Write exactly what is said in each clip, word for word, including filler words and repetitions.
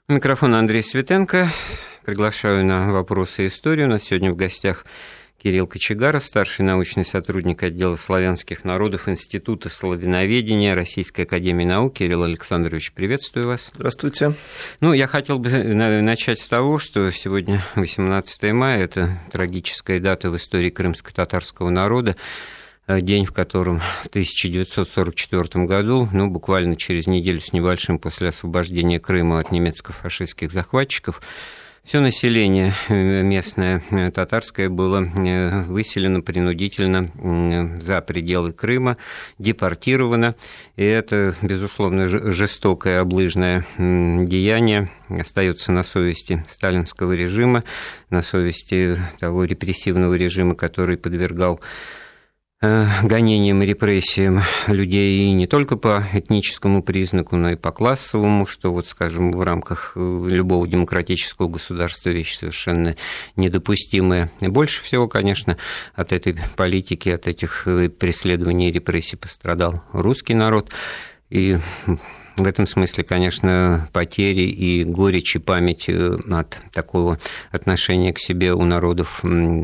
Микрофон Андрей Светенко. Приглашаю на «Вопросы истории». У нас сегодня в гостях Кирилл Кочегаров, старший научный сотрудник отдела славянских народов Института славяноведения Российской академии наук. Кирилл Александрович, приветствую вас. Здравствуйте. Ну, я хотел бы начать с того, что сегодня восемнадцатое мая, это трагическая дата в истории крымско-татарского народа, день, в котором в тысяча девятьсот сорок четвёртом году, ну, буквально через неделю с небольшим после освобождения Крыма от немецко-фашистских захватчиков, все население местное татарское было выселено принудительно за пределы Крыма, депортировано. И это, безусловно, жестокое облыжное деяние остается на совести сталинского режима, на совести того репрессивного режима, который подвергал гонениям и репрессиям людей и не только по этническому признаку, но и по классовому, что, вот, скажем, в рамках любого демократического государства вещь совершенно недопустимая. И больше всего, конечно, от этой политики, от этих преследований и репрессий пострадал русский народ. И в этом смысле, конечно, потери и горечь, и память от такого отношения к себе у народов.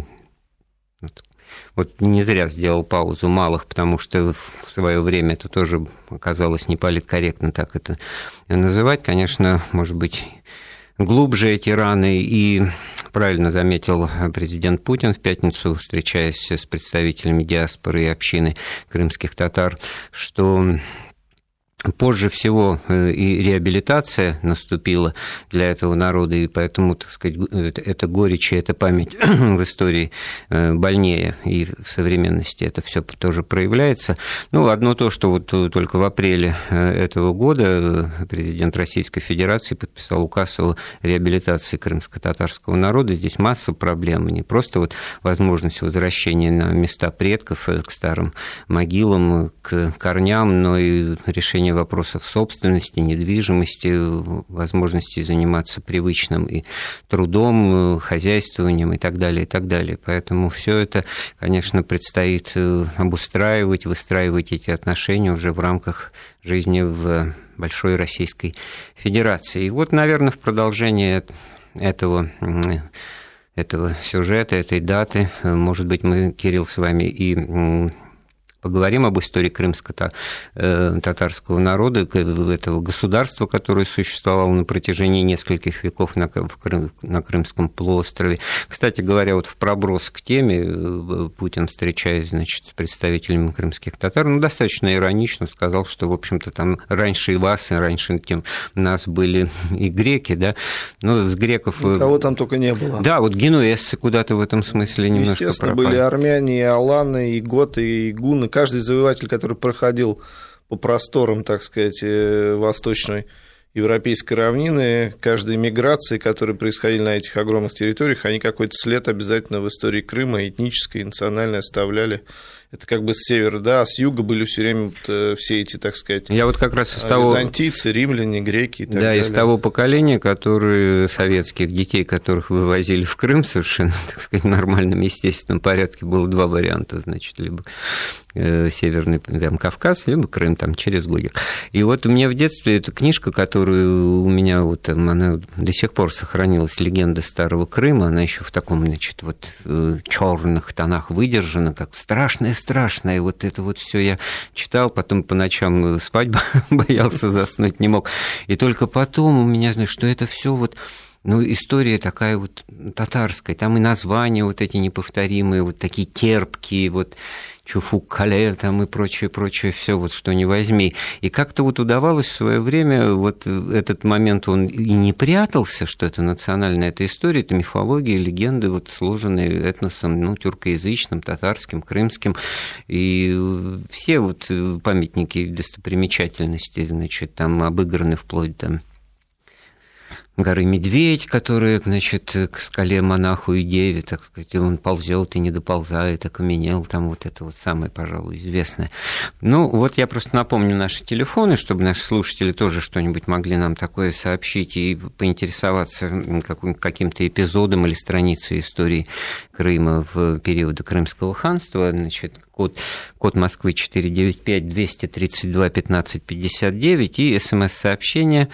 Вот не зря сделал паузу малых, потому что в свое время это тоже оказалось неполиткорректно так это называть. Конечно, может быть, глубже эти раны, и правильно заметил президент Путин в пятницу, встречаясь с представителями диаспоры и общины крымских татар, что позже всего и реабилитация наступила для этого народа, и поэтому, так сказать, эта горечь и эта память в истории больнее, и в современности это все тоже проявляется. Ну, одно то, что вот только в апреле этого года президент Российской Федерации подписал указ о реабилитации крымско-татарского народа. Здесь масса проблем, не просто вот возможность возвращения на места предков, к старым могилам, к корням, но и решение вопросов собственности, недвижимости, возможности заниматься привычным и трудом, хозяйствованием и так далее, и так далее. Поэтому все это, конечно, предстоит обустраивать, выстраивать эти отношения уже в рамках жизни в Большой Российской Федерации. И вот, наверное, в продолжение этого этого сюжета, этой даты, может быть, мы, Кирилл, с вами и поговорим об истории крымско-татарского народа, этого государства, которое существовало на протяжении нескольких веков на, Крым, на Крымском полуострове. Кстати говоря, вот в проброс к теме Путин, встречаясь, значит, с представителями крымских татар, ну, достаточно иронично сказал, что, в общем-то, там раньше и вас, и раньше тем нас были и греки, да, но с греков... Ну, кого там только не было. Да, вот генуэзцы куда-то в этом смысле немножко пропали. Естественно, были армяне, и аланы, и готы, и гуны. Каждый завоеватель, который проходил по просторам, так сказать, восточной европейской равнины, каждой миграции, которые происходили на этих огромных территориях, они какой-то след обязательно в истории Крыма, этнической, национальной, оставляли. Это как бы с севера, да, а с юга были все время вот все эти, так сказать, я вот как раз из того... византийцы, римляне, греки и так да, далее. Да, из того поколения, которые, советских детей, которых вывозили в Крым совершенно, так сказать, в нормальном, естественном порядке, было два варианта, значит, либо Северный там, Кавказ, либо Крым там, через Гогик. И вот у меня в детстве эта книжка, которую у меня вот там, она до сих пор сохранилась, «Легенда Старого Крыма», она еще в таком, значит, вот черных тонах выдержана, как страшная страшное, и вот это вот все я читал, потом по ночам спать боялся, заснуть не мог, и только потом у меня, знаешь, что это все вот, ну, история такая вот татарская, там и названия вот эти неповторимые, вот такие терпкие, вот Чуфук-Кале там и прочее, прочее, все вот что ни возьми. И как-то вот удавалось в свое время, вот этот момент, он и не прятался, что это национальная эта история, это мифология, легенды, вот сложенные этносом, ну, тюркоязычным, татарским, крымским, и все вот памятники достопримечательности, значит, там обыграны вплоть до горы Медведь, которая, значит, к скале монаху и деве, так сказать, он ползет и не доползает, окаменел, там вот это вот самое, пожалуй, известное. Ну, вот я просто напомню наши телефоны, чтобы наши слушатели тоже что-нибудь могли нам такое сообщить и поинтересоваться каким-то эпизодом или страницей истории Крыма в период Крымского ханства. Значит, код, код Москвы четыре девять пять двести тридцать два пятнадцать пятьдесят девять и смс-сообщение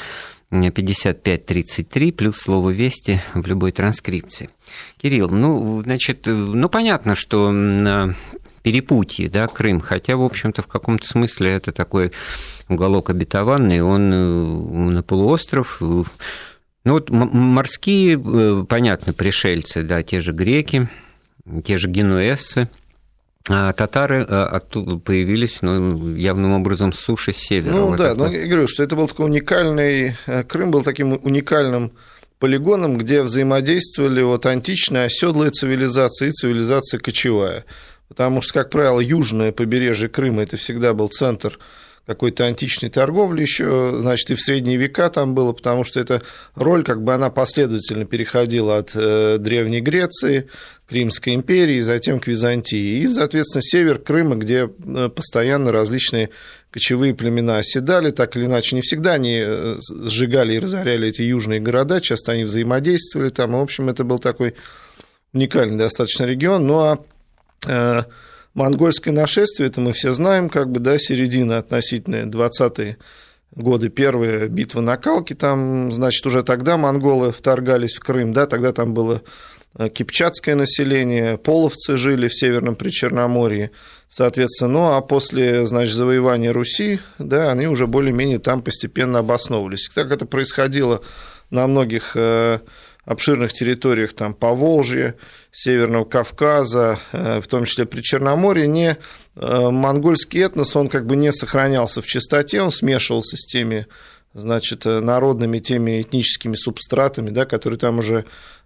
пятьдесят пять тридцать три, плюс слово «Вести» в любой транскрипции. Кирилл, ну, значит, ну, понятно, что на перепутье, да, Крым, хотя, в общем-то, в каком-то смысле это такой уголок обетованный, он на полуостров. Ну, вот морские, понятно, пришельцы, да, те же греки, те же генуэзцы, а татары оттуда появились, ну, явным образом с суши, с севера. Ну, вот да, это... но я говорю, что это был такой уникальный, Крым был таким уникальным полигоном, где взаимодействовали вот античная оседлая цивилизация и цивилизация кочевая. Потому что, как правило, южное побережье Крыма – это всегда был центр какой-то античной торговли еще, значит, и в средние века там было, потому что эта роль, как бы она последовательно переходила от э, Древней Греции к Римской империи, затем к Византии, и, соответственно, север Крыма, где постоянно различные кочевые племена оседали, так или иначе, не всегда они сжигали и разоряли эти южные города, часто они взаимодействовали там, и, в общем, это был такой уникальный достаточно регион, ну, а э, монгольское нашествие, это мы все знаем, как бы, да, середина относительно двадцатые годы, первая битва на Калке, там, значит, уже тогда монголы вторгались в Крым, да, тогда там было кипчакское население, половцы жили в Северном Причерноморье, соответственно, ну, а после, значит, завоевания Руси, да, они уже более-менее там постепенно обосновывались. Так это происходило на многих обширных территориях там, Поволжья, Северного Кавказа, в том числе при Черноморье, не, монгольский этнос, он как бы не сохранялся в чистоте, он смешивался с теми, значит, народными, теми этническими субстратами, да, которые там уже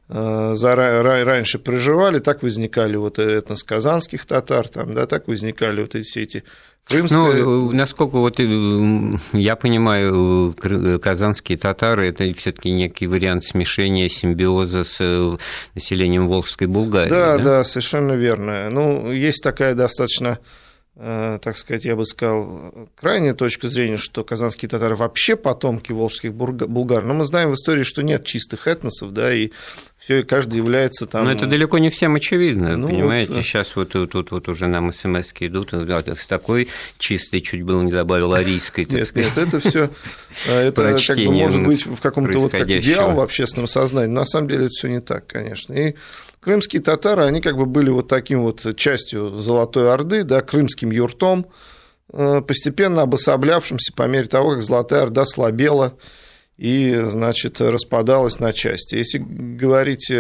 раньше проживали, так возникали вот этнос казанских татар, там, да, так возникали вот все эти крымские... Ну, насколько вот я понимаю, казанские татары – это все-таки некий вариант смешения, симбиоза с населением Волжской Булгарии. Да, да, да, совершенно верно. Ну, есть такая достаточно, так сказать, я бы сказал, крайняя точка зрения, что казанские татары вообще потомки волжских булгар. Но мы знаем в истории, что нет чистых этносов, да, и все, каждый является там... Но это далеко не всем очевидно, ну, понимаете, вот... сейчас вот тут вот, вот уже нам смс-ки идут, да, с такой чистой, чуть было не добавил, арийской. Нет, нет, это все, это как бы может быть в каком-то вот как идеал в общественном сознании, но на самом деле это все не так, конечно. И крымские татары, они как бы были вот таким вот частью Золотой Орды, да, крымским юртом, постепенно обособлявшимся по мере того, как Золотая Орда слабела и, значит, распадалась на части. Если говорить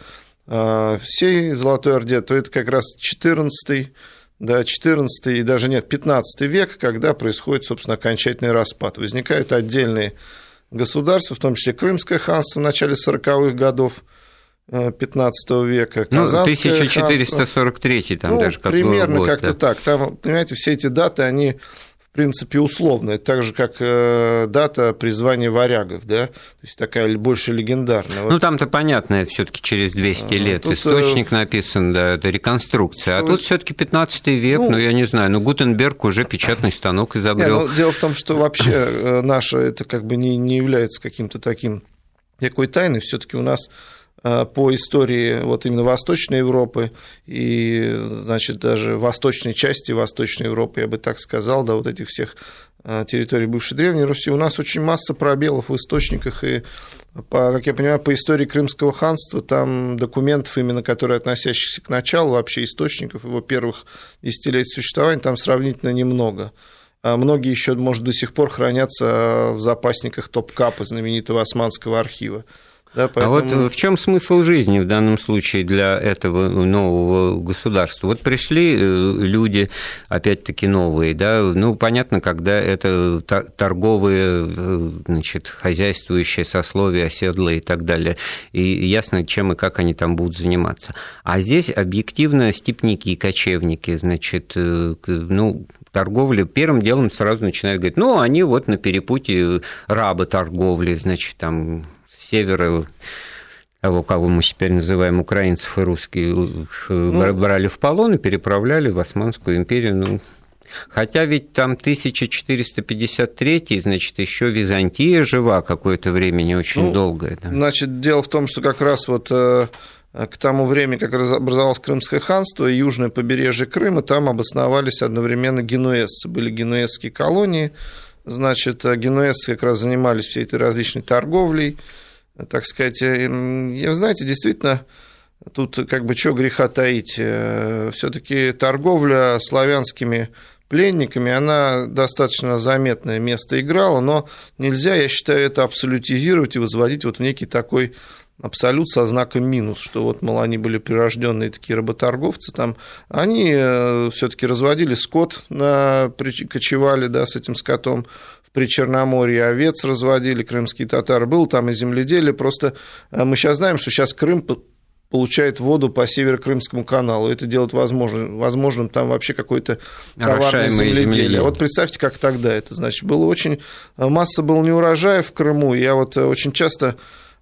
о всей Золотой Орде, то это как раз четырнадцатый, да, четырнадцатый и даже нет, пятнадцатый век, когда происходит, собственно, окончательный распад. Возникают отдельные государства, в том числе Крымское ханство в начале сорокавых годов пятнадцатого века, Казанское ну, тысяча четыреста сорок третий, там ну, даже как примерно год, как-то да. так. Там, понимаете, все эти даты, они, в принципе, условные, так же, как дата призвания варягов, да, то есть такая больше легендарная. Ну, вот. Там-то понятно, все-таки через двести лет тут, источник написан, да, это реконструкция, а вы... тут все-таки пятнадцатый век, ну, ну, я не знаю, ну, Гутенберг уже печатный станок изобрел. Не, ну, дело в том, что вообще наше это как бы не, не является каким-то таким, какой тайной, все-таки у нас по истории вот именно Восточной Европы и, значит, даже восточной части Восточной Европы, я бы так сказал, да, вот этих всех территорий бывшей Древней Руси, у нас очень масса пробелов в источниках, и, по, как я понимаю, по истории Крымского ханства там документов, именно которые относящиеся к началу вообще источников его первых десятилетий существования, там сравнительно немного. Многие еще, может, до сих пор хранятся в запасниках Топкапа, знаменитого османского архива. Да, поэтому... А вот в чем смысл жизни в данном случае для этого нового государства? Вот пришли люди, опять-таки, новые, да, ну, понятно, когда это торговые, значит, хозяйствующие сословия, оседлые и так далее, и ясно, чем и как они там будут заниматься. А здесь объективно степники и кочевники, значит, ну, торговли, первым делом сразу начинают говорить, ну, они вот на перепутье работорговли, значит, там... севера, того, кого мы теперь называем украинцев и русских, ну, брали в полон и переправляли в Османскую империю. Ну, хотя ведь там тысяча четыреста пятьдесят третий, значит, еще Византия жива какое-то время, не очень ну, долгое. Да. Значит, дело в том, что как раз вот к тому времени, как образовалось Крымское ханство и южное побережье Крыма, там обосновались одновременно генуэзцы. Были генуэзские колонии, значит, генуэзцы как раз занимались всей этой различной торговлей, так сказать. И, знаете, действительно, тут как бы чего греха таить, все-таки торговля славянскими пленниками, она достаточно заметное место играла, но нельзя, я считаю, это абсолютизировать и возводить вот в некий такой абсолют со знаком минус, что вот, мол, они были прирожденные такие работорговцы, там, они все-таки разводили скот, на, кочевали, да, с этим скотом в Причерноморье, овец разводили, крымские татары, было там и земледелие, просто мы сейчас знаем, что сейчас Крым получает воду по Северо-Крымскому каналу. Это делает возможным, возможным там вообще какое-то товарное земледелие. земледелие. Вот представьте, как тогда это, значит, было очень... Масса была неурожаев в Крыму. Я вот очень часто,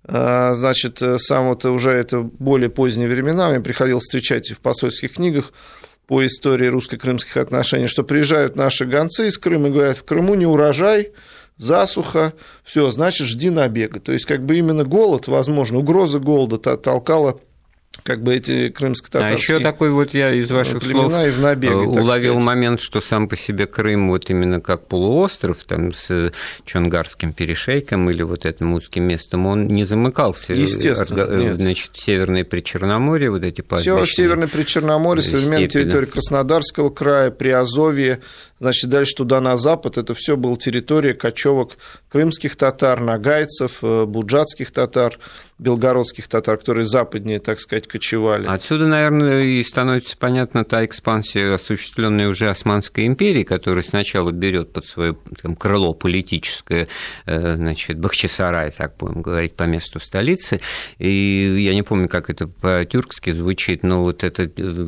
значит, сам вот уже это более поздние времена, мне приходилось встречать в посольских книгах по истории русско-крымских отношений, что приезжают наши гонцы из Крыма и говорят, в Крыму не урожай, засуха, все, значит, жди набега. То есть, как бы именно голод, возможно, угроза голода толкала как бы эти крымско-татарские. А еще такой вот я из ваших слов набеге, уловил момент, что сам по себе Крым вот именно как полуостров там с Чонгарским перешейком или вот этим узким местом, он не замыкался. Естественно, от, нет. Значит, Северное Причерноморье, вот эти пастбищные. Все Северное Причерноморье, современная территория Краснодарского края, Приазовье, значит, дальше туда на запад, это все была территория кочевок крымских татар, нагайцев, буджатских татар, белгородских татар, которые западнее, так сказать, кочевали. Отсюда, наверное, и становится понятна та экспансия, осуществленная уже Османской империей, которая сначала берет под свое там, крыло политическое, значит, Бахчисарай, так будем говорить, по месту столицы. И я не помню, как это по-тюркски звучит, но вот эта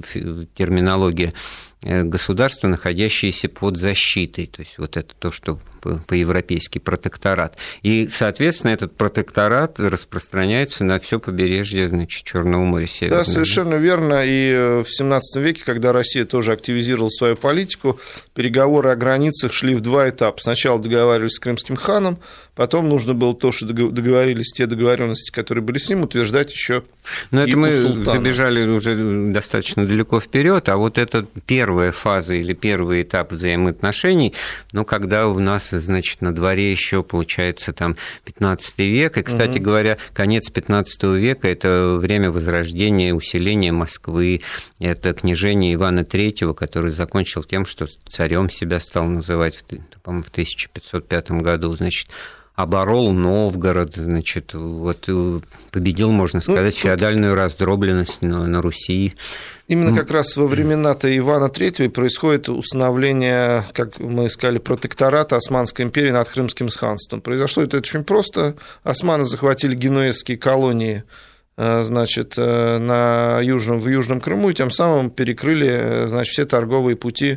терминология государства, находящиеся под защитой, то есть вот это то, что по-европейски протекторат. И, соответственно, этот протекторат распространяется на все побережье, значит, Черного моря Северного. Да, совершенно верно. И в семнадцатом веке, когда Россия тоже активизировала свою политику, переговоры о границах шли в два этапа. Сначала договаривались с крымским ханом, потом нужно было то, что договорились, те договоренности, которые были с ним, утверждать еще. Но это мы султана. Забежали уже достаточно далеко вперед, а вот это первая фаза или первый этап взаимоотношений, ну, когда у нас, значит, на дворе еще получается там пятнадцатый век, и, кстати угу. говоря, конец пятнадцатого века – это время возрождения, усиления Москвы, это княжение Ивана Третьего, который закончил тем, что царем себя стал называть, по-моему, в тысяча пятьсот пятом году, значит, оборол Новгород, значит, вот победил, можно сказать, ну, феодальную раздробленность на, на Руси. Именно как раз во времена-то Ивана Третьего происходит установление, как мы сказали, протектората Османской империи над Крымским ханством. Произошло это очень просто. Османы захватили генуэзские колонии, значит, на Южном, в Южном Крыму, и тем самым перекрыли, значит, все торговые пути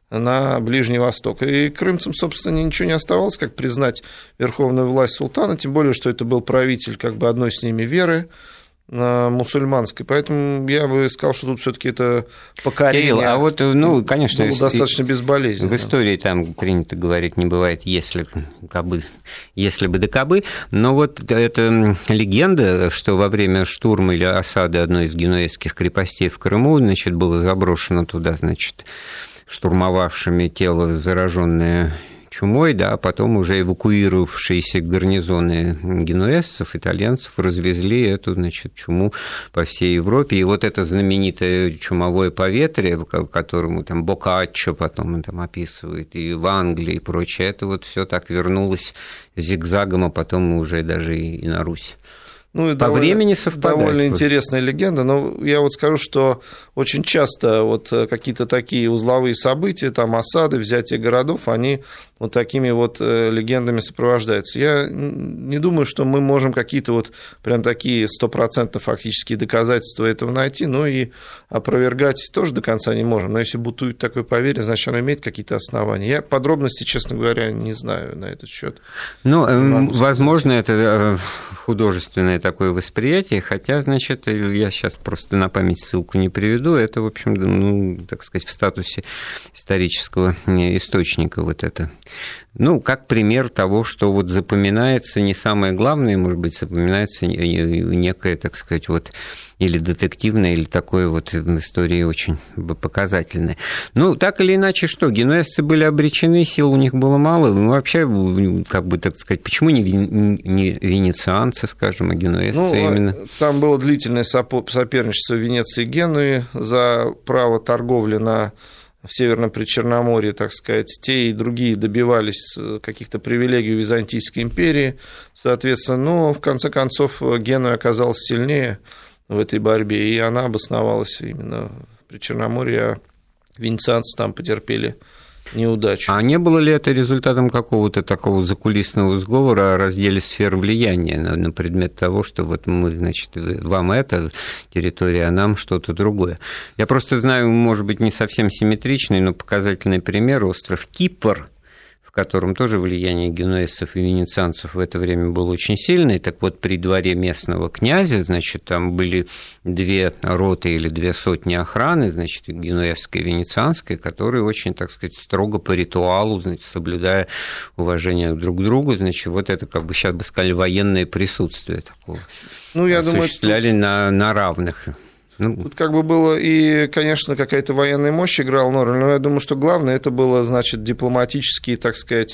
на Ближний Восток. И крымцам, собственно, ничего не оставалось, как признать верховную власть султана, тем более, что это был правитель как бы одной с ними веры, мусульманской. Поэтому я бы сказал, что тут все-таки это покорение. Кирилл, а вот, ну, конечно, было достаточно безболезненно. В истории там принято говорить, не бывает, если кабы, если бы да кабы, но вот эта легенда, что во время штурма или осады одной из генуэзских крепостей в Крыму, значит, было заброшено туда, значит, штурмовавшими тело, зараженное чумой, да, а потом уже эвакуировавшиеся гарнизоны генуэзцев, итальянцев развезли эту, значит, чуму по всей Европе. И вот это знаменитое чумовое поветрие, которому там Боккаччо потом он там описывает, и в Англии и прочее, это вот все так вернулось зигзагом, а потом уже даже и на Русь. Ну, и по довольно, времени совпадает. Довольно интересная легенда, но я вот скажу, что очень часто вот какие-то такие узловые события, там осады, взятие городов, они вот такими вот легендами сопровождаются. Я не думаю, что мы можем какие-то вот прям такие стопроцентно фактические доказательства этого найти, но и опровергать тоже до конца не можем. Но если бутует такое поверье, значит, оно имеет какие-то основания. Я подробности, честно говоря, не знаю на этот счет. Ну, возможно, это художественное такое восприятие, хотя, значит, я сейчас просто на память ссылку не приведу, это, в общем, ну, так сказать, в статусе исторического источника вот это Ну, как пример того, что вот запоминается не самое главное, может быть, запоминается некое, так сказать, вот или детективное, или такое вот в истории очень показательное. Ну, так или иначе, что, генуэзцы были обречены, сил у них было мало, ну, вообще, как бы, так сказать, почему не, не венецианцы, скажем, а генуэзцы ну, именно? Там было длительное соперничество Венеции и Генуи за право торговли на... в Северном Причерноморье, так сказать, те и другие добивались каких-то привилегий Византийской империи, соответственно, но в конце концов Генуя оказалась сильнее в этой борьбе, и она обосновалась именно в Причерноморье, а венецианцы там потерпели неудачу. А не было ли это результатом какого-то такого закулисного сговора о разделе сфер влияния на, на предмет того, что вот мы, значит, вам это территория, а нам что-то другое? Я просто знаю, может быть, не совсем симметричный, но показательный пример – остров Кипр, в котором тоже влияние генуэзцев и венецианцев в это время было очень сильное. Так вот, при дворе местного князя, значит, там были две роты или две сотни охраны, значит, генуэзская и венецианская, которые очень, так сказать, строго по ритуалу, значит, соблюдая уважение друг к другу, значит, вот это, как бы сейчас бы сказали, военное присутствие такого. Ну, я осуществляли думаю, тут... на, на равных. Ну, тут как бы было и, конечно, какая-то военная мощь играла роль, но я думаю, что главное это было, значит, дипломатические, так сказать,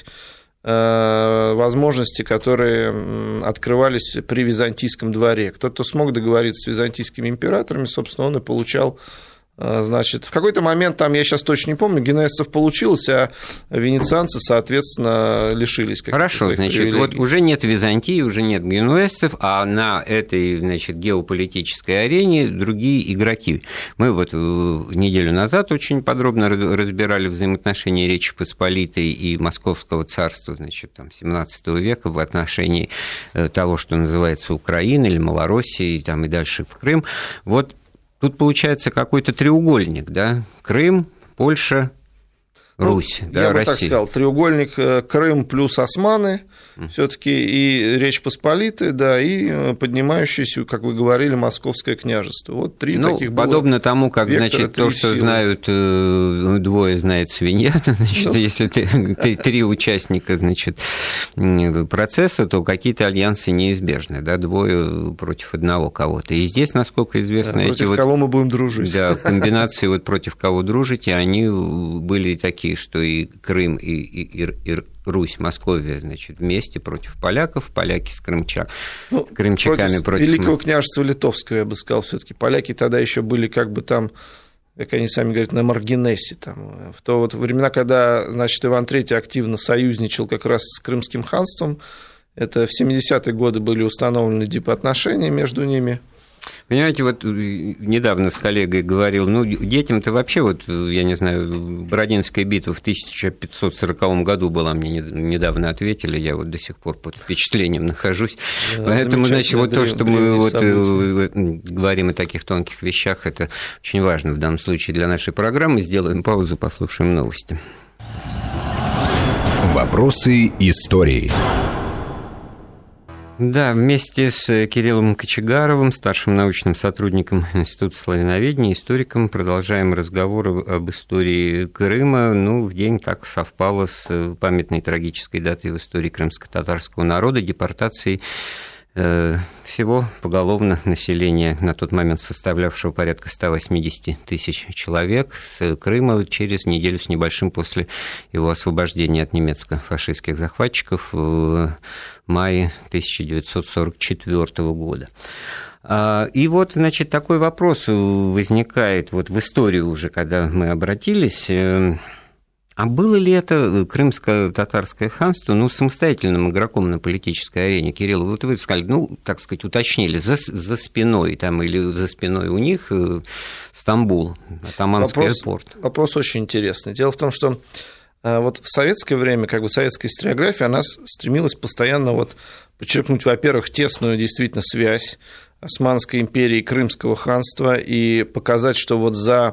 возможности, которые открывались при византийском дворе. Кто-то смог договориться с византийскими императорами, собственно, он и получал. Значит, в какой-то момент, там, я сейчас точно не помню, генуэзцев получилось, а венецианцы, соответственно, лишились каких-то Хорошо, своих значит, привилегий. Вот уже нет Византии, уже нет генуэзцев, а на этой, значит, геополитической арене другие игроки. Мы вот неделю назад очень подробно разбирали взаимоотношения Речи Посполитой и Московского царства, значит, там, семнадцатого века в отношении того, что называется Украина или Малороссия, и, там, и дальше в Крым. Вот тут получается какой-то треугольник, да? Крым, Польша, Русь, ну, да, я бы Россия. так сказал, треугольник Крым плюс османы, mm. все-таки и Речь Посполитая, да, и поднимающееся, как вы говорили, Московское княжество. Вот три ну, таких подобно было тому, как, значит, то, что силы. знают двое, знает свинья, значит, ну. если ты, ты, три участника, значит, процесса, то какие-то альянсы неизбежны, да, двое против одного кого-то. И здесь, насколько известно, да, эти против вот, кого мы будем дружить. Да, комбинации вот против кого дружите, они были такие, что и Крым, и, и, и Русь, Московия, значит, вместе против поляков, поляки с крымчак, ну, крымчаками против... против Великого княжества Литовского, я бы сказал, все-таки поляки тогда еще были как бы там, как они сами говорят, на маргинесе. Там. В то вот времена, когда, значит, Иван Третий активно союзничал как раз с Крымским ханством, это в семидесятые годы были установлены дипотношения между ними. Понимаете, вот недавно с коллегой говорил, ну, детям-то вообще, вот, я не знаю, Бородинская битва в тысяча пятьсот сороковом году была, мне недавно ответили, я вот до сих пор под впечатлением нахожусь. Да, поэтому, значит, вот то, что мы вот говорим о таких тонких вещах, это очень важно в данном случае для нашей программы. Сделаем паузу, послушаем новости. Вопросы истории. Да, вместе с Кириллом Кочегаровым, старшим научным сотрудником Института славяноведения, историком, продолжаем разговор об истории Крыма. Ну, в день так совпало с памятной трагической датой в истории крымско-татарского народа, депортацией всего поголовно населения, на тот момент составлявшего порядка ста восьмидесяти тысяч человек, с Крыма через неделю с небольшим после его освобождения от немецко-фашистских захватчиков в мае тысяча девятьсот сорок четвёртого года. И вот, значит, такой вопрос возникает вот в историю уже, когда мы обратились. А было ли это крымско-татарское ханство, ну, самостоятельным игроком на политической арене? Кирилл, вот вы сказали, ну, так сказать, уточнили, за, за спиной там или за спиной у них Стамбул, Атаманский вопрос, порт. Вопрос очень интересный. Дело в том, что вот в советское время, как бы советская историография, она стремилась постоянно вот подчеркнуть, во-первых, тесную действительно связь Османской империи и Крымского ханства и показать, что вот за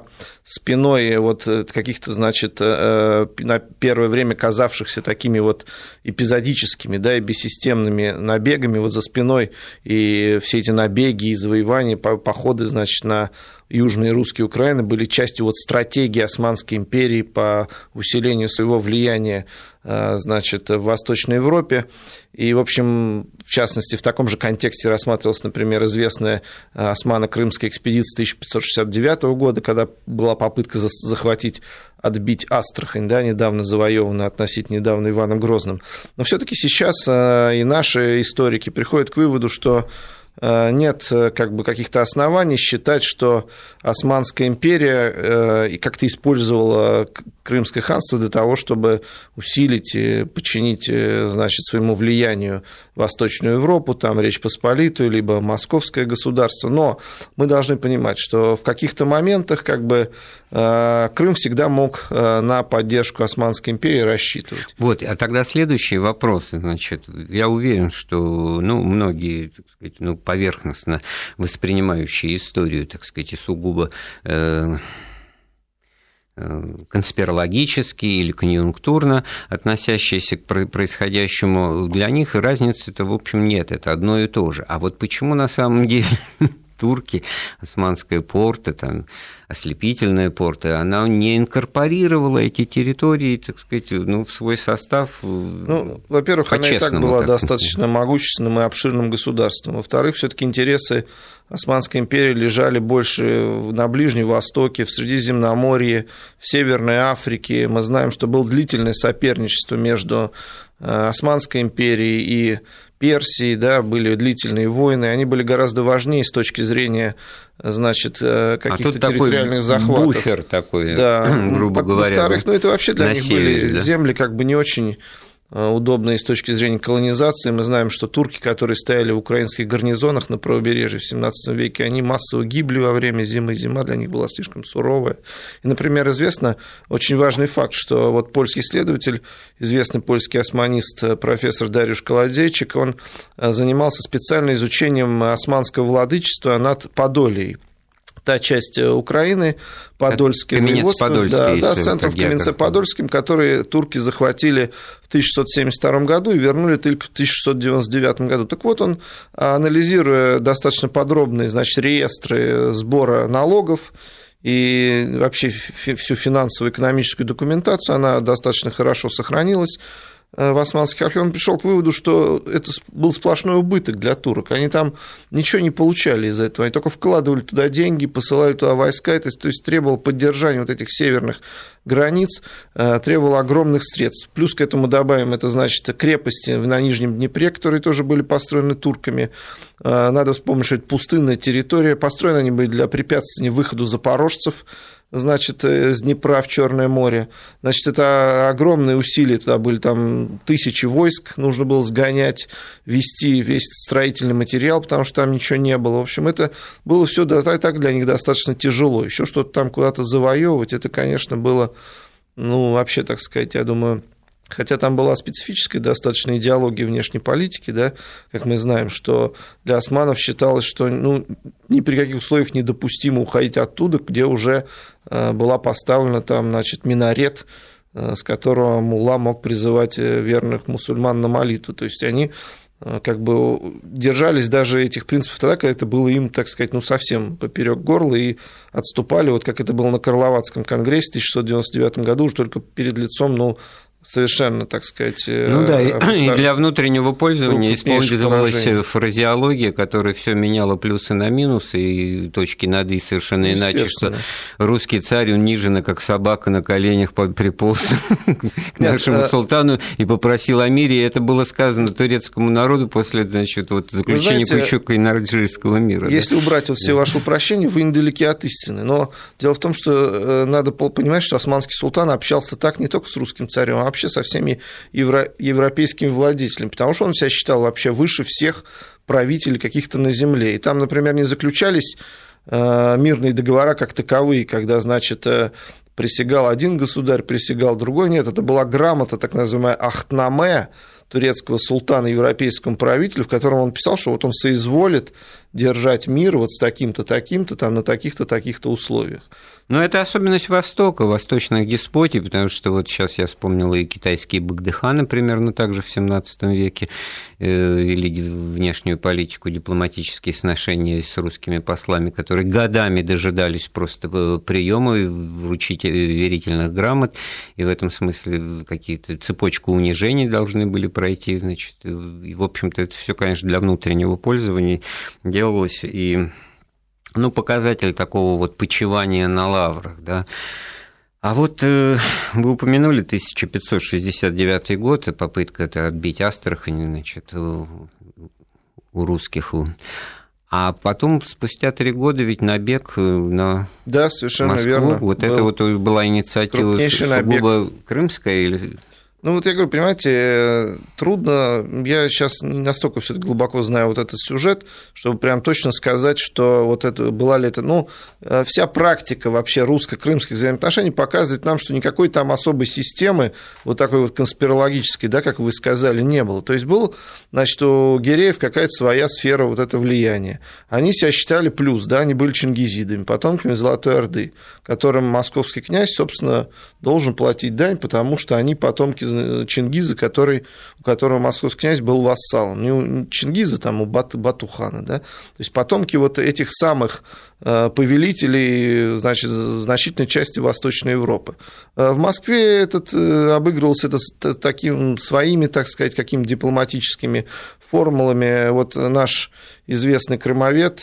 спиной вот каких-то, значит, на первое время казавшихся такими вот эпизодическими, да, и бессистемными набегами вот за спиной, и все эти набеги и завоевания, походы, значит, на южные русские Украины были частью вот стратегии Османской империи по усилению своего влияния, значит, в Восточной Европе. И, в общем, в частности, в таком же контексте рассматривалась, например, известная османо-крымская экспедиция тысяча пятьсот шестьдесят девятого года, когда была попытка захватить, отбить Астрахань, да, недавно завоеванную относительно недавно Иваном Грозным. Но все-таки сейчас и наши историки приходят к выводу, что нет как бы каких-то оснований считать, что Османская империя и как-то использовала Крымское ханство для того, чтобы усилить и подчинить, значит, своему влиянию Восточную Европу, там Речь Посполитую, либо Московское государство. Но мы должны понимать, что в каких-то моментах как бы Крым всегда мог на поддержку Османской империи рассчитывать. Вот, а тогда следующий вопрос. Значит, я уверен, что, ну, многие, так сказать, ну, поверхностно воспринимающие историю, так сказать, и сугубо э, конспирологически или конъюнктурно относящиеся к происходящему, для них разницы-то, в общем, нет, это одно и то же. А вот почему на самом деле турки, Османская порта, там, ослепительная порта, она не инкорпорировала эти территории, так сказать, ну, в свой состав. Ну, во-первых, она и так была так достаточно могущественным и обширным государством. Во-вторых, все-таки интересы Османской империи лежали больше на Ближнем Востоке, в Средиземноморье, в Северной Африке. Мы знаем, что было длительное соперничество между Османской империей и Персии, да, были длительные войны, они были гораздо важнее с точки зрения, значит, каких-то а территориальных захватов. Буфер такой, да, грубо говоря. Во-вторых, ну, это вообще для них севере, были да? земли как бы не очень удобные с точки зрения колонизации. Мы знаем, что турки, которые стояли в украинских гарнизонах на правобережье в семнадцатом веке, они массово гибли во время зимы. Зима для них была слишком суровая. И, например, известно очень важный факт, что вот польский исследователь, известный польский османист профессор Дариуш Колодзейчик, он занимался специально изучением османского владычества над Подолией. Та часть Украины, Подольское воеводство, да, да, с центром в Каменце-Подольском, которые турки захватили в тысяча шестьсот семьдесят втором году и вернули только в тысяча шестьсот девяносто девятом году. Так вот, он, анализируя достаточно подробные, значит, реестры сбора налогов и вообще всю финансовую экономическую документацию, она достаточно хорошо сохранилась в османских архивах, он пришел к выводу, что это был сплошной убыток для турок. Они там ничего не получали из этого. Они только вкладывали туда деньги, посылали туда войска, то есть, то есть требовало поддержания вот этих северных границ, требовало огромных средств. Плюс к этому добавим, это значит крепости на Нижнем Днепре, которые тоже были построены турками. Надо вспомнить, что это пустынная территория. Построены они были для препятствия выходу запорожцев, значит, с Днепра в Черное море. Значит, это огромные усилия, туда были там тысячи войск, нужно было сгонять, везти весь строительный материал, потому что там ничего не было. В общем, это было все так для них достаточно тяжело. Еще что-то там куда-то завоевывать, это, конечно, было, ну, вообще, так сказать, я думаю... Хотя там была специфическая достаточно идеология внешней политики, да, как мы знаем, что для османов считалось, что, ну, ни при каких условиях недопустимо уходить оттуда, где уже была поставлена там, значит, минарет, с которого мулла мог призывать верных мусульман на молитву. То есть они как бы держались даже этих принципов тогда, когда это было им, так сказать, ну, совсем поперек горла, и отступали, вот как это было на Карловацком конгрессе в тысяча шестьсот девяносто девятом году, уже только перед лицом, ну, совершенно, так сказать... Ну да, и для внутреннего пользования использовалась фразеология, которая все меняла плюсы на минусы и точки над «и» совершенно иначе, что русский царь униженно, как собака на коленях, приполз к нашему султану и попросил о мире, и это было сказано турецкому народу после, значит, вот, заключения Кучука и Нарджирского мира. Если да? убрать вот все ваши упрощения, вы недалеки от истины, но дело в том, что надо понимать, что османский султан общался так не только с русским царем, а вообще со всеми евро- европейскими владетелями, потому что он себя считал вообще выше всех правителей каких-то на земле. И там, например, не заключались э, мирные договора как таковые, когда, значит, э, присягал один государь, присягал другой. Нет, это была грамота, так называемая Ахтнаме, турецкого султана европейскому правителю, в котором он писал, что вот он соизволит держать мир вот с таким-то, таким-то, там, на таких-то, таких-то условиях. Но это особенность Востока, восточных деспотий, потому что вот сейчас я вспомнил и китайские багдыханы примерно так же в семнадцатом веке вели внешнюю политику, дипломатические сношения с русскими послами, которые годами дожидались просто приема вручить верительных грамот, и в этом смысле какие-то цепочку унижений должны были пройти, значит, и, в общем-то, это все, конечно, для внутреннего пользования делалось, и ну, показатель такого вот почивания на лаврах, да. А вот э, вы упомянули тысяча пятьсот шестьдесят девятый год, и попытка это отбить Астрахань, значит, у, у русских, у... а потом спустя три года ведь набег на да, совершенно Москву. Верно. Вот был это вот была инициатива сугубо набег. Крымская или... Ну, вот я говорю, понимаете, трудно, я сейчас не настолько все-таки глубоко знаю вот этот сюжет, чтобы прям точно сказать, что вот это, была ли это, ну, вся практика вообще русско-крымских взаимоотношений показывает нам, что никакой там особой системы, вот такой вот конспирологической, да, как вы сказали, не было. То есть был, значит, у гиреев какая-то своя сфера вот этого влияния. Они себя считали плюс, да, они были чингизидами, потомками Золотой Орды, которым московский князь, собственно, должен платить дань, потому что они потомки Чингиза, который, у которого московский князь был вассалом. Не у Чингиза, там, у Бат, Батухана. Да? То есть потомки вот этих самых повелителей, значит, значительной части Восточной Европы. В Москве этот, обыгрывался это таким, своими, так сказать, какими-то дипломатическими формулами. Вот наш известный крымовед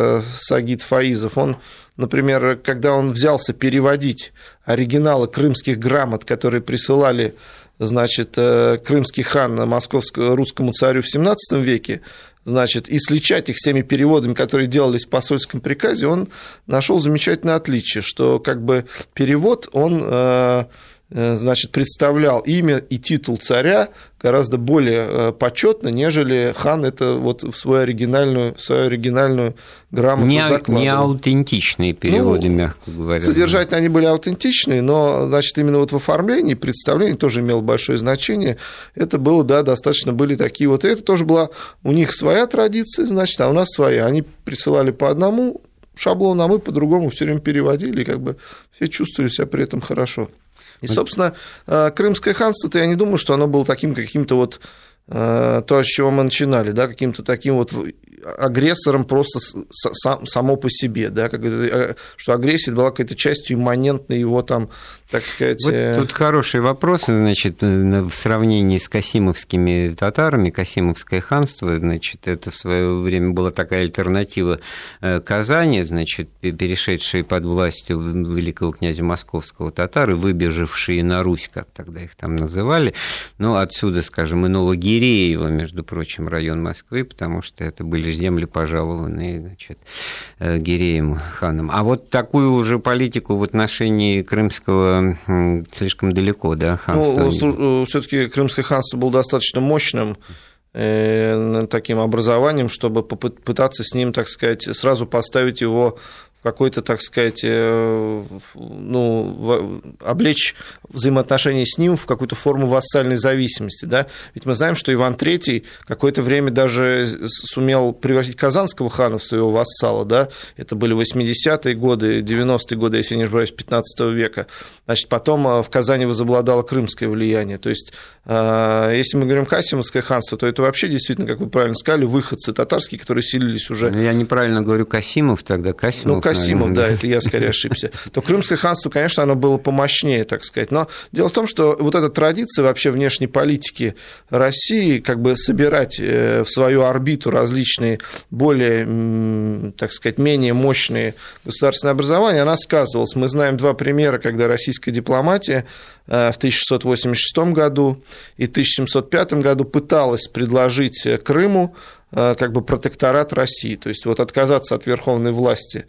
Сагит Фаизов, он, например, когда он взялся переводить оригиналы крымских грамот, которые присылали, значит, крымский хан московскому русскому царю в семнадцатом веке, значит, и сличать их всеми переводами, которые делались в посольском приказе, он нашел замечательное отличие, что как бы перевод, он, значит, представлял имя и титул царя гораздо более почетно, нежели хан это вот в свою оригинальную, в свою оригинальную грамоту не, закладывал. Не аутентичные переводы, ну, мягко говоря. Содержательно они были аутентичные, но, значит, именно вот в оформлении, представлении тоже имело большое значение. Это было, да, достаточно были такие вот. И это тоже была у них своя традиция, значит, а у нас своя. Они присылали по одному шаблону, а мы по-другому все время переводили, и как бы все чувствовали себя при этом хорошо. И, собственно, Крымское ханство-то я не думаю, что оно было таким каким-то вот, то, с чего мы начинали, да, каким-то таким вот агрессором просто само по себе, да, что агрессия была какой-то частью имманентной его там, так сказать... Вот тут хороший вопрос, значит, в сравнении с касимовскими татарами, Касимовское ханство, значит, это в свое время была такая альтернатива Казани, значит, перешедшие под власть великого князя Московского татары, выбежавшие на Русь, как тогда их там называли, ну, отсюда, скажем, и Новогиреево, между прочим, район Москвы, потому что это были земли, пожалованные, значит, Гиреем ханом. А вот такую уже политику в отношении крымского слишком далеко, да, ханства? Ну, все-таки Крымское ханство было достаточно мощным таким образованием, чтобы попытаться с ним, так сказать, сразу поставить его в какой-то, так сказать, ну, облечь взаимоотношения с ним в какую-то форму вассальной зависимости, да, ведь мы знаем, что Иван третий какое-то время даже сумел превратить Казанского хана в своего вассала, да, это были восьмидесятые годы, девяностые годы, если я не ошибаюсь, пятнадцатого века, значит, потом в Казани возобладало крымское влияние, то есть, если мы говорим Касимовское ханство, то это вообще действительно, как вы правильно сказали, выходцы татарские, которые селились уже... Я неправильно говорю Касимов тогда, Касимов... Ну, Касимов, да, это я скорее ошибся, то Крымское ханство, конечно, оно было помощнее, так сказать. Но дело в том, что вот эта традиция вообще внешней политики России, как бы собирать в свою орбиту различные более, так сказать, менее мощные государственные образования, она сказывалась. Мы знаем два примера, когда российская дипломатия в тысяча шестьсот восемьдесят шестом году и тысяча семьсот пятом году пыталась предложить Крыму как бы протекторат России, то есть вот отказаться от верховной власти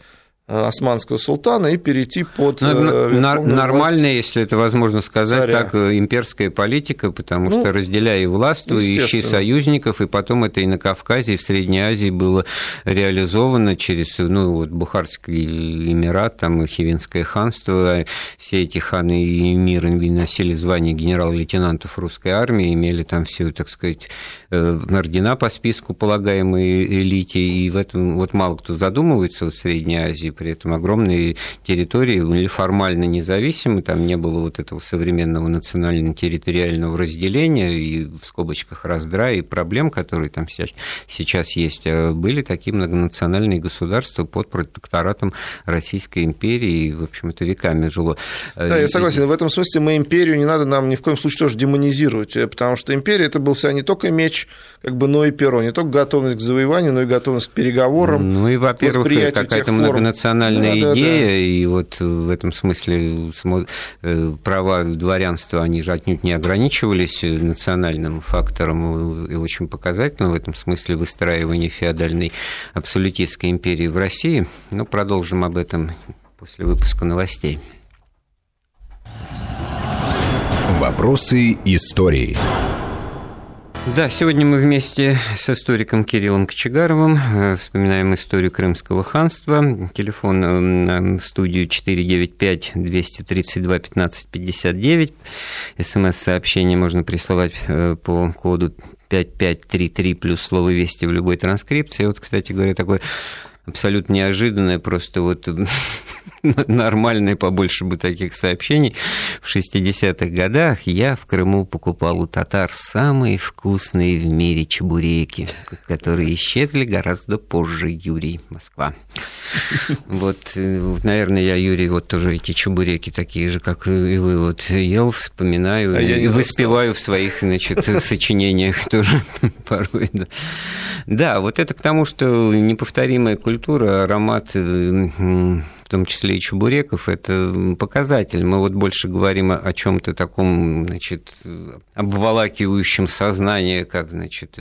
османского султана и перейти под ну, нормально, если это возможно сказать, царя. Как имперская политика, потому ну, что разделяй властвуй, ищи союзников, и потом это и на Кавказе, и в Средней Азии было реализовано через ну, вот, Бухарский Эмират, там, и Хивинское ханство. Все эти ханы и эмиры носили звание генерал-лейтенантов русской армии, имели там все, так сказать, ордена по списку полагаемой элите, и в этом вот мало кто задумывается в Средней Азии. При этом огромные территории были формально независимы, там не было вот этого современного национально-территориального разделения и в скобочках раздрая и проблем, которые там сейчас есть, были такие многонациональные государства под протекторатом Российской империи, и, в общем, это веками жило. Да, я согласен, в этом смысле мы империю не надо нам ни в коем случае тоже демонизировать, потому что империя это был вся не только меч, как бы, но и перо, не только готовность к завоеванию, но и готовность к переговорам. Ну и, во-первых, какая-то многонациональная национальная да, идея, да, да. И вот в этом смысле права дворянства, они же отнюдь не ограничивались национальным фактором, и очень показательно в этом смысле выстраивание феодальной абсолютистской империи в России. Но продолжим об этом после выпуска новостей. Вопросы истории. Да, сегодня мы вместе с историком Кириллом Кочегаровым вспоминаем историю Крымского ханства. Телефон в студию четыре девять пять двести тридцать два пятнадцать пятьдесят девять. СМС-сообщение можно присылать по коду пять пять три три плюс слово «Вести» в любой транскрипции. Вот, кстати говоря, такое абсолютно неожиданное, просто вот нормальное, побольше бы таких сообщений. В шестидесятых годах я в Крыму покупал у татар самые вкусные в мире чебуреки, которые исчезли гораздо позже. Юрий, Москва. Вот, наверное, я, Юрий, вот тоже эти чебуреки такие же, как и вы, вот ел, вспоминаю а и воспеваю в своих, значит, сочинениях тоже порой. Да. Да, вот это к тому, что неповторимая культура, аромат, в том числе и чебуреков, это показатель. Мы вот больше говорим о чем-то таком, значит, обволакивающем сознание, как, значит,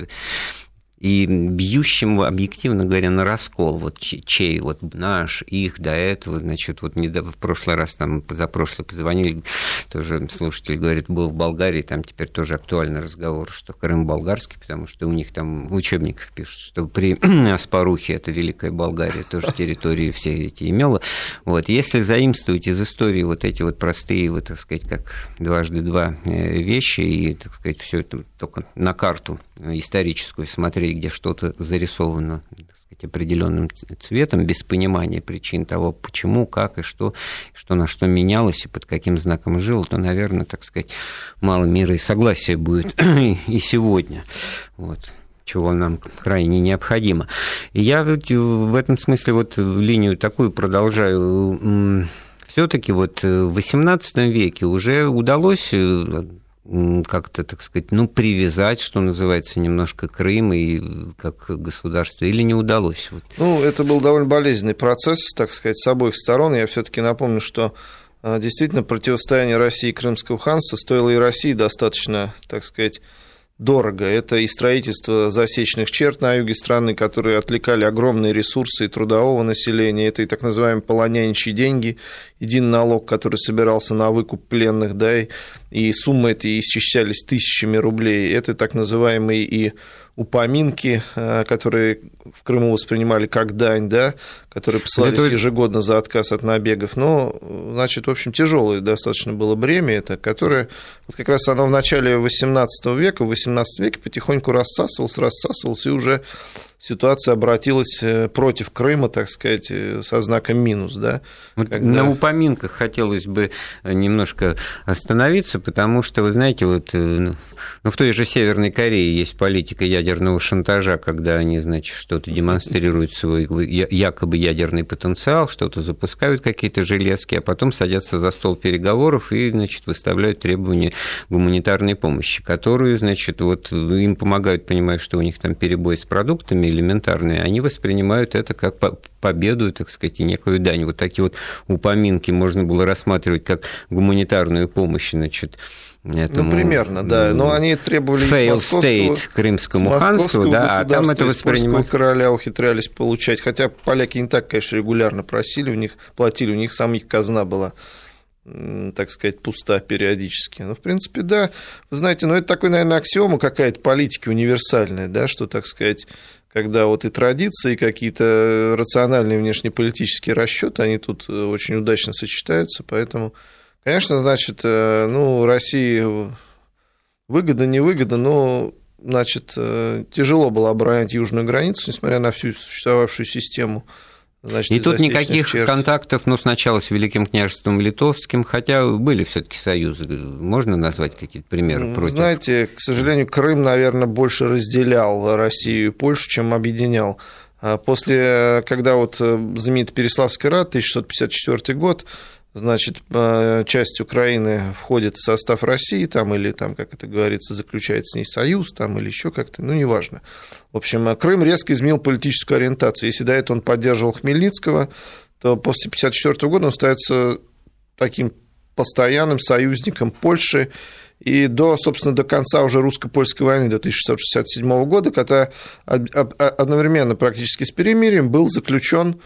и бьющим, объективно говоря, на раскол, вот чей, вот наш, их, до этого, значит, вот в прошлый раз, там, позапрошлый позвонили, тоже слушатель говорит, был в Болгарии, там теперь тоже актуальный разговор, что Крым болгарский, потому что у них там в учебниках пишут, что при Аспарухе, это Великая Болгария, тоже территории все эти имела. Вот, если заимствовать из истории вот эти вот простые, вот, так сказать, как дважды два вещи, и, так сказать, все это только на карту историческую смотреть, где что-то зарисовано, так сказать, определенным цветом, без понимания причин того, почему, как и что, что на что менялось и под каким знаком жило, то, наверное, так сказать, мало мира и согласия будет и сегодня. Вот. Чего нам крайне необходимо. И я в этом смысле вот линию такую продолжаю. Все-таки вот в восемнадцатом веке уже удалось как-то, так сказать, ну, привязать, что называется, немножко Крым и как государство, или не удалось? Вот. Ну, это был довольно болезненный процесс, так сказать, с обоих сторон. Я все-таки напомню, что действительно противостояние России и Крымского ханства стоило и России достаточно, так сказать, дорого. Это и строительство засечных черт на юге страны, которые отвлекали огромные ресурсы и трудового населения, это и так называемые полоняничьи деньги, единый налог, который собирался на выкуп пленных, да, и, и суммы эти исчислялись тысячами рублей. Это так называемые и упоминки, которые в Крыму воспринимали как дань, да, которые посылались это... ежегодно за отказ от набегов. Но, значит, в общем, тяжелое достаточно было бремя это, которое вот как раз оно в начале восемнадцатого века, в восемнадцатом веке потихоньку рассасывалось, рассасывалось, и уже ситуация обратилась против Крыма, так сказать, со знаком минус. Да, вот когда... На упоминках хотелось бы немножко остановиться, потому что, вы знаете, вот, ну, в той же Северной Корее есть политика ядерного шантажа, когда они, значит, что-то демонстрируют свой якобы ядерный потенциал, что-то запускают, какие-то железки, а потом садятся за стол переговоров и, значит, выставляют требования гуманитарной помощи, которую, значит, вот им помогают, понимая, что у них там перебой с продуктами элементарные, они воспринимают это как победу, так сказать, и некую дань. Вот такие вот упоминки можно было рассматривать как гуманитарную помощь, значит, этому... Ну, примерно, да. Но они требовали fail из московского, state крымскому ханству, да, а там это воспринималось... короля ухитрялись получать. Хотя поляки не так, конечно, регулярно просили у них, платили, у них сама их казна была, так сказать, пуста периодически. Ну, в принципе, да. Вы знаете, ну, это такой, наверное, аксиома какая-то политики универсальная, да, что, так сказать, когда вот и традиции, и какие-то рациональные внешнеполитические расчеты, они тут очень удачно сочетаются, поэтому... Конечно, значит, ну, России выгода, не выгода, но, значит, тяжело было оборонять южную границу, несмотря на всю существовавшую систему. Значит, и тут никаких черт. контактов, ну, сначала с Великим княжеством Литовским, хотя были все-таки союзы. Можно назвать какие-то примеры против? Знаете, к сожалению, Крым, наверное, больше разделял Россию и Польшу, чем объединял. После, когда вот знаменитый Переславский рад, тысяча шестьсот пятьдесят четвёртый год, значит, часть Украины входит в состав России, там, или, там, как это говорится, заключает с ней союз, там, или еще как-то, ну, неважно. В общем, Крым резко изменил политическую ориентацию. Если до этого он поддерживал Хмельницкого, то после пятьдесят четвёртого года он остается таким постоянным союзником Польши, и до, собственно, до конца уже русско-польской войны, до тысяча шестьсот шестьдесят седьмого года, когда одновременно практически с перемирием был заключен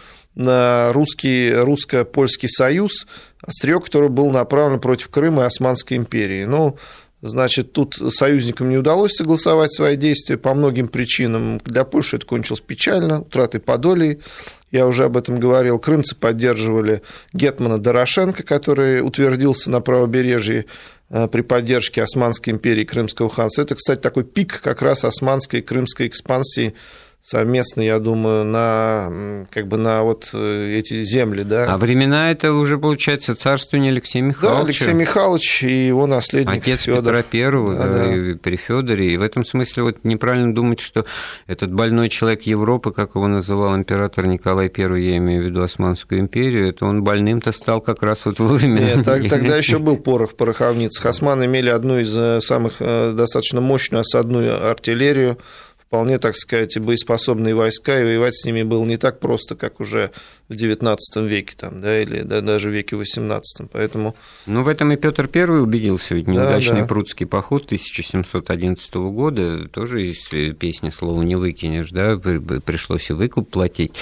русский, русско-польский союз, острие которого был направлен против Крыма и Османской империи. Ну, значит, тут союзникам не удалось согласовать свои действия по многим причинам. Для Польши это кончилось печально, утратой Подолии. Я уже об этом говорил. Крымцы поддерживали гетмана Дорошенко, который утвердился на правобережье при поддержке Османской империи и Крымского ханства. Это, кстати, такой пик как раз османской и крымской экспансии совместно, я думаю, на, как бы на вот эти земли. Да. А времена это уже, получается, царствование Алексея Михайловича. Да, Алексей Михайлович и его наследник отец Фёдор. Петра Первого, да, да, да. И при Фёдоре. И в этом смысле вот неправильно думать, что этот больной человек Европы, как его называл император Николай Первый, я имею в виду Османскую империю, это он больным-то стал как раз вот во времена. Нет, тогда еще был порох в пороховницах. Османы имели одну из самых достаточно мощную осадную артиллерию, вполне, так сказать, боеспособные войска, и воевать с ними было не так просто, как уже в девятнадцатом веке, там, да, или да, даже в веке восемнадцатом, поэтому... Ну, в этом и Петр Первый убедился, ведь неудачный да, да. прудский поход тысяча семьсот одиннадцатого года, тоже из песни «Слово не выкинешь», да, пришлось и выкуп платить,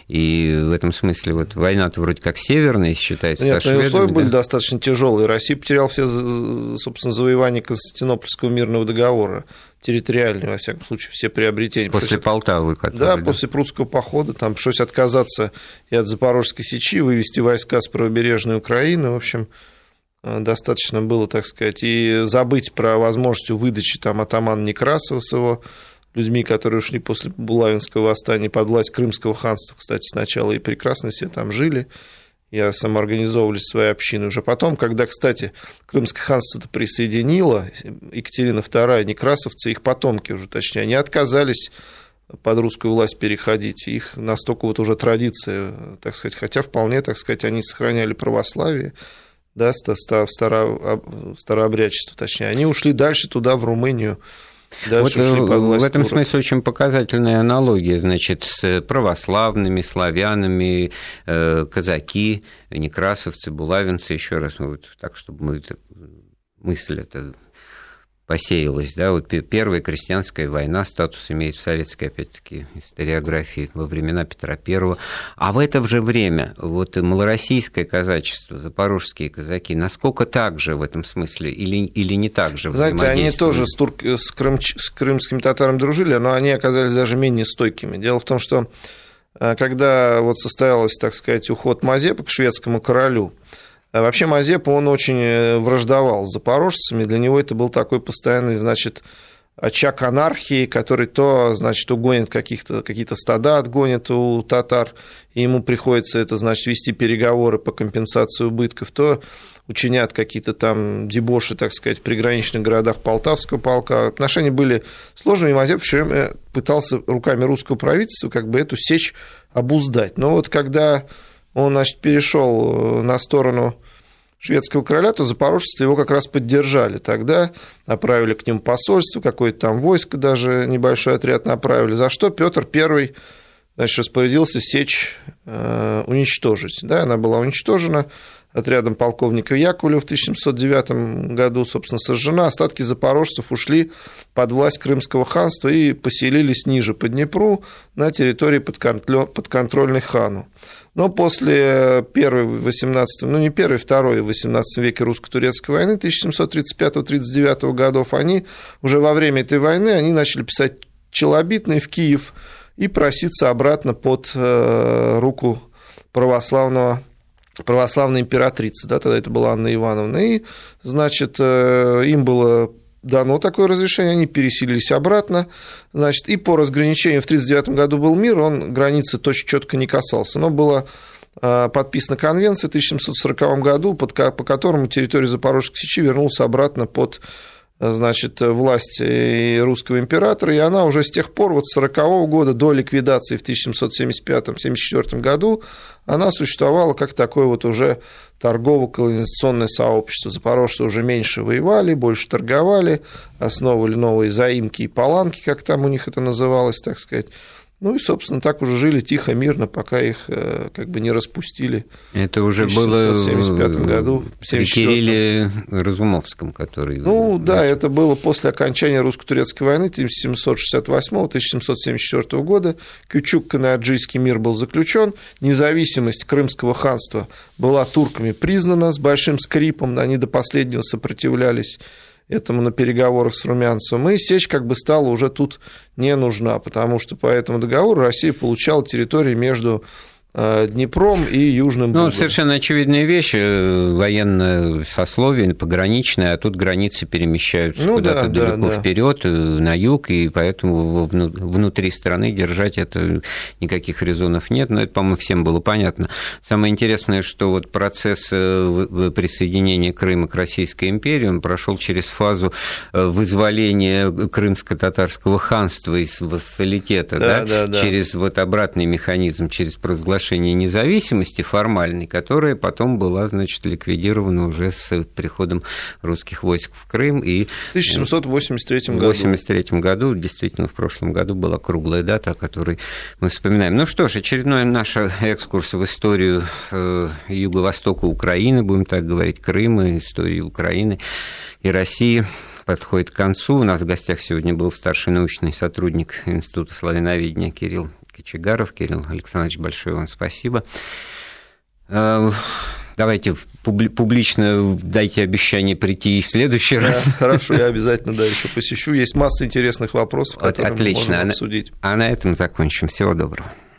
и в этом смысле вот война-то вроде как северная считается. Нет, со шведами, условия да? были достаточно тяжелые. Россия потеряла все, собственно, завоевания Константинопольского мирного договора, территориальные, во всяком случае, все приобретения. После пришлось Полтавы, который, да, да, после прудского похода, там пришлось отказаться и от Запорожской сечи, вывести войска с правобережной Украины, в общем, достаточно было, так сказать, и забыть про возможность выдачи там атамана Некрасова с его людьми, которые ушли после Булавинского восстания под власть Крымского ханства, кстати, сначала и прекрасно все там жили, и самоорганизовывали свои общины. Уже потом, когда, кстати, Крымское ханство-то присоединило, Екатерина Вторая, некрасовцы, их потомки уже, точнее, они отказались под русскую власть переходить. Их настолько вот уже традиция, так сказать, хотя вполне, так сказать, они сохраняли православие, да, старо, старообрядчество, точнее. Они ушли дальше туда, в Румынию. Вот в этом смысле очень показательная аналогия, значит, с православными, славянами, казаки, некрасовцы, булавинцы, еще раз, вот, так, чтобы мы, мысль эта посеялась, да, вот первая крестьянская война статус имеет в советской, опять-таки, историографии во времена Петра Первого, а в это же время вот малороссийское казачество, запорожские казаки, насколько так же в этом смысле или, или не так же взаимодействовали? Знаете, они тоже с, турк... с, крым... с крымскими татарами дружили, но они оказались даже менее стойкими. Дело в том, что когда вот состоялось, так сказать, уход Мазепы к шведскому королю, вообще Мазепа, он очень враждовал с запорожцами, для него это был такой постоянный, значит, очаг анархии, который то, значит, угонит каких-то, какие-то стада, отгонит у татар, и ему приходится это, значит, вести переговоры по компенсации убытков, то учинят какие-то там дебоши, так сказать, в приграничных городах Полтавского полка. Отношения были сложными, и Мазепа все время пытался руками русского правительства как бы эту сечь обуздать. Но вот когда он, значит, перешел на сторону шведского короля, то запорожцы его как раз поддержали. Тогда направили к нему посольство, какое-то там войско, даже небольшой отряд направили, за что Петр Первый значит, распорядился сечь, уничтожить. Да, она была уничтожена отрядом полковника Яковлева в тысяча семьсот девятом году, собственно, сожжена. Остатки запорожцев ушли под власть Крымского ханства и поселились ниже по Днепру на территории подконтрольной хану. Но после первой, восемнадцатого, ну не первой, второй в восемнадцатом веке русско-турецкой войны тысяча семьсот тридцать пятого — тридцать девятого годов, они уже во время этой войны они начали писать челобитные в Киев и проситься обратно под руку православного православной императрицы, да, тогда это была Анна Ивановна, и, значит, им было дано такое разрешение, они переселились обратно, значит, и по разграничению в тысяча девятьсот тридцать девятом году был мир, он границы точно четко не касался, но была подписана конвенция в тысяча семьсот сороковом году, по которому территория Запорожской Сечи вернулась обратно под, значит, власть русского императора, и она уже с тех пор, вот с сорокового года до ликвидации в тысяча семьсот семьдесят пятом — семьдесят четвёртом году, она существовала как такое вот уже торгово-колонизационное сообщество. Запорожцы уже меньше воевали, больше торговали, основывали новые заимки и паланки, как там у них это называлось, так сказать. Ну и, собственно, так уже жили тихо, мирно, пока их как бы не распустили. Это уже было в семьдесят пятом году. При Кирилле Разумовском, который... Ну да, это было после окончания русско-турецкой войны тысяча семьсот шестьдесят восьмого — тысяча семьсот семьдесят четвёртого года. Кючук-Канаджийский мир был заключен, независимость Крымского ханства была турками признана с большим скрипом, они до последнего сопротивлялись этому на переговорах с Румянцевым, и сечь как бы стала уже тут не нужна, потому что по этому договору Россия получала территории между Днепром и Южным Бугом. Ну, совершенно очевидная вещь, военное сословие, пограничное, а тут границы перемещаются ну, куда-то да, далеко да, вперед, да. на юг, и поэтому внутри страны держать это никаких резонов нет, но это, по-моему, всем было понятно. Самое интересное, что вот процесс присоединения Крыма к Российской империи, он прошел через фазу вызволения крымско-татарского ханства из вассалитета, да, да, да, да. через вот обратный механизм, через провозглашение независимости формальной, которая потом была, значит, ликвидирована уже с приходом русских войск в Крым. И в тысяча семьсот восемьдесят третьем году. В восемьдесят третьем году, действительно, в прошлом году была круглая дата, о которой мы вспоминаем. Ну что ж, очередной наш экскурс в историю Юго-Востока Украины, будем так говорить, Крыма, историю Украины и России подходит к концу. У нас в гостях сегодня был старший научный сотрудник Института славяноведения Кирилл Кочегаров. Кирилл Александрович, большое вам спасибо. Давайте публично дайте обещание прийти и в следующий да, раз. Хорошо, я обязательно да, еще посещу. Есть масса интересных вопросов, которые Отлично. мы можем обсудить. А на этом закончим. Всего доброго.